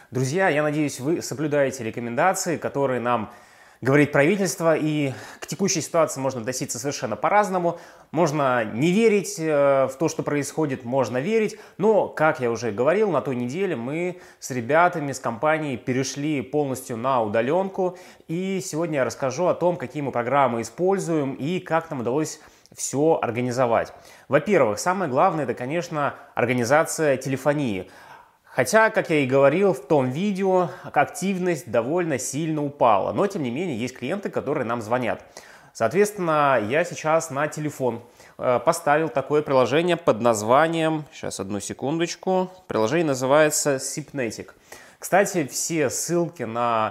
Друзья, я надеюсь, вы соблюдаете рекомендации, которые нам говорит правительство, и к текущей ситуации можно относиться совершенно по-разному. Можно не верить в то, что происходит, можно верить, но, как я уже говорил, на той неделе мы с ребятами, с компанией перешли полностью на удаленку, и сегодня я расскажу о том, какие мы программы используем и как нам удалось все организовать. Во-первых, самое главное, это, конечно, организация телефонии. Хотя, как я и говорил в том видео, активность довольно сильно упала, но тем не менее есть клиенты, которые нам звонят. Соответственно, я сейчас на телефон поставил такое приложение под названием, сейчас одну секундочку, приложение называется Sipnetic. Кстати, все ссылки на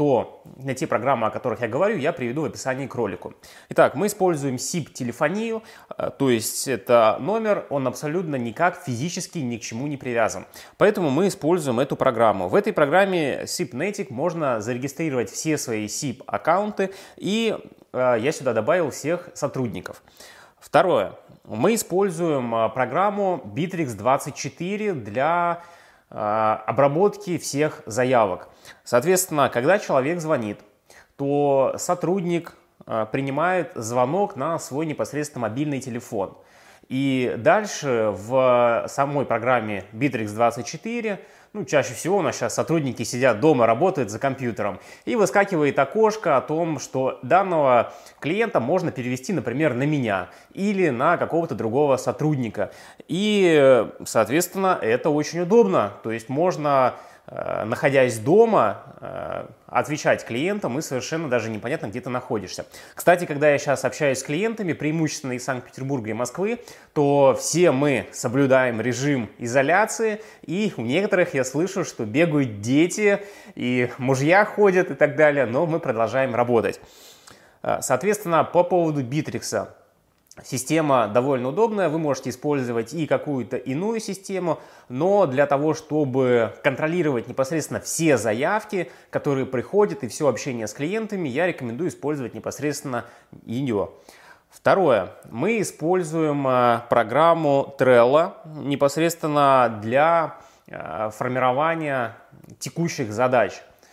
те программы, о которых я говорю, я приведу в описании к ролику. Итак, мы используем SIP-телефонию, то есть это номер, он абсолютно никак физически ни к чему не привязан. Поэтому мы используем эту программу. В этой программе Sipnetic можно зарегистрировать все свои SIP-аккаунты, и я сюда добавил всех сотрудников. Второе. Мы используем программу Bittrex24 для обработки всех заявок. Соответственно, когда человек звонит, то сотрудник принимает звонок на свой непосредственно мобильный телефон. И дальше в самой программе Bittrex24, чаще всего у нас сейчас сотрудники сидят дома, работают за компьютером, и выскакивает окошко о том, что данного клиента можно перевести, например, на меня или на какого-то другого сотрудника. И, соответственно, это очень удобно. То есть можно, находясь дома, отвечать клиентам, и совершенно даже непонятно, где ты находишься. Кстати, когда я сейчас общаюсь с клиентами, преимущественно из Санкт-Петербурга и Москвы, то все мы соблюдаем режим изоляции, и у некоторых я слышу, что бегают дети, и мужья ходят и так далее, но мы продолжаем работать. Соответственно, по поводу Bittrex. Система довольно удобная, вы можете использовать и какую-то иную систему, но для того, чтобы контролировать непосредственно все заявки, которые приходят, и все общение с клиентами, я рекомендую использовать непосредственно ее. Второе. Мы используем программу Trello непосредственно для формирования текущих задач.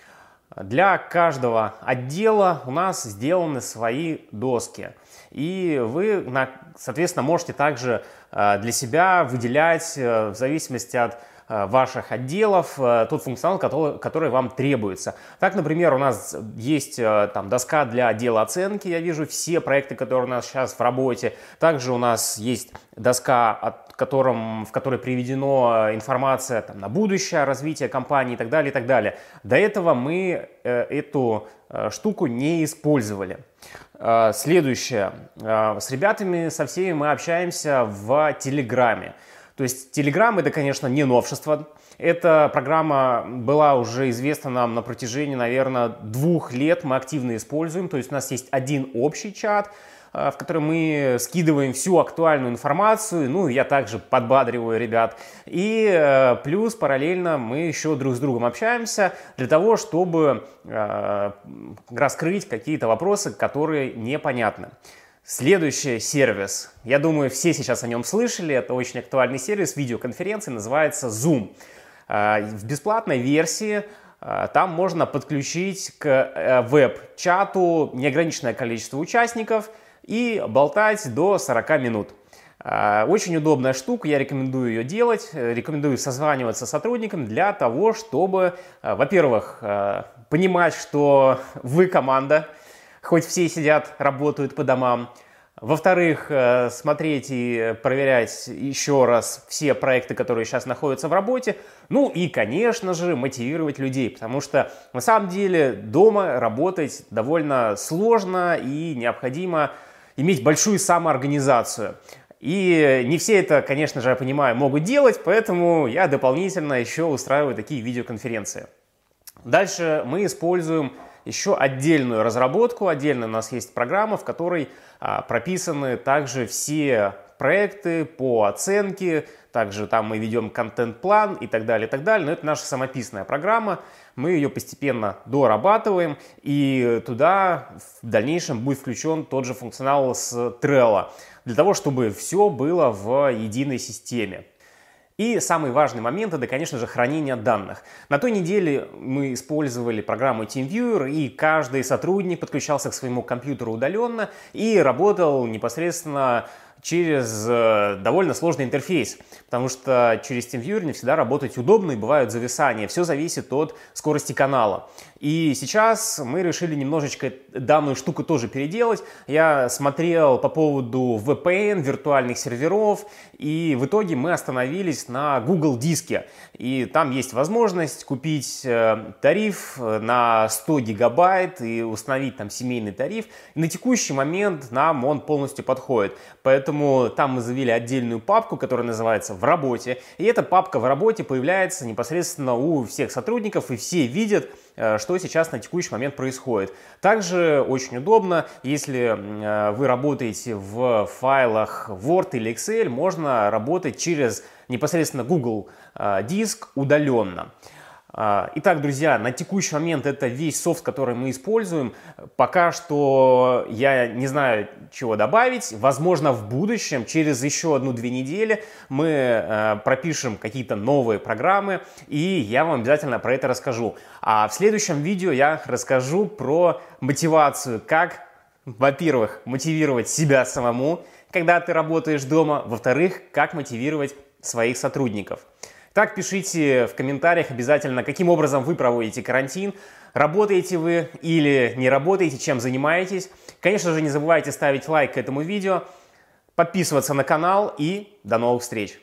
Для каждого отдела у нас сделаны свои доски. И вы, соответственно, можете также для себя выделять в зависимости от ваших отделов тот функционал, который вам требуется. Так, например, у нас есть там доска для отдела оценки, я вижу все проекты, которые у нас сейчас в работе. Также у нас есть доска, в которой приведена информация там, на будущее, развитие компании и так далее, и так далее. До этого мы эту штуку не использовали. Следующее. С ребятами, со всеми мы общаемся в Телеграме. То есть Telegram — это, конечно, не новшество. Эта программа была уже известна нам на протяжении, наверное, 2 лет. Мы активно используем. То есть у нас есть один общий чат, в котором мы скидываем всю актуальную информацию. Я также подбадриваю ребят. И плюс параллельно мы еще друг с другом общаемся для того, чтобы раскрыть какие-то вопросы, которые непонятны. Следующий сервис, я думаю, все сейчас о нем слышали, это очень актуальный сервис видеоконференции, называется Zoom. В бесплатной версии там можно подключить к веб-чату неограниченное количество участников и болтать до 40 минут. Очень удобная штука, я рекомендую ее делать, рекомендую созваниваться с сотрудниками для того, чтобы, во-первых, понимать, что вы команда, хоть все сидят, работают по домам. Во-вторых, смотреть и проверять еще раз все проекты, которые сейчас находятся в работе. И, конечно же, мотивировать людей, потому что на самом деле дома работать довольно сложно и необходимо иметь большую самоорганизацию. И не все это, конечно же, я понимаю, могут делать, поэтому я дополнительно еще устраиваю такие видеоконференции. Дальше мы используем еще отдельную разработку, отдельно у нас есть программа, в которой прописаны также все проекты по оценке, также там мы ведем контент-план и так далее, и так далее. Но это наша самописная программа, мы ее постепенно дорабатываем, и туда в дальнейшем будет включен тот же функционал с Trello, для того, чтобы все было в единой системе. И самый важный момент – это, конечно же, хранение данных. На той неделе мы использовали программу TeamViewer, и каждый сотрудник подключался к своему компьютеру удаленно и работал непосредственно через довольно сложный интерфейс, потому что через TeamViewer не всегда работать удобно и бывают зависания. Все зависит от скорости канала. И сейчас мы решили немножечко данную штуку тоже переделать. Я смотрел по поводу VPN, виртуальных серверов, и в итоге мы остановились на Google Диске. И там есть возможность купить тариф на 100 гигабайт и установить там семейный тариф. И на текущий момент нам он полностью подходит. Поэтому там мы завели отдельную папку, которая называется «В работе». И эта папка «В работе» появляется непосредственно у всех сотрудников, и все видят, что сейчас на текущий момент происходит. Также очень удобно, если вы работаете в файлах Word или Excel, можно работать через непосредственно Google Диск удаленно. Итак, друзья, на текущий момент это весь софт, который мы используем. Пока что я не знаю, чего добавить. Возможно, в будущем, через еще 1-2 недели, мы пропишем какие-то новые программы, и я вам обязательно про это расскажу. А в следующем видео я расскажу про мотивацию, как, во-первых, мотивировать себя самому, когда ты работаешь дома, во-вторых, как мотивировать своих сотрудников. Так, пишите в комментариях обязательно, каким образом вы проводите карантин, работаете вы или не работаете, чем занимаетесь. Конечно же, не забывайте ставить лайк к этому видео, подписываться на канал и до новых встреч!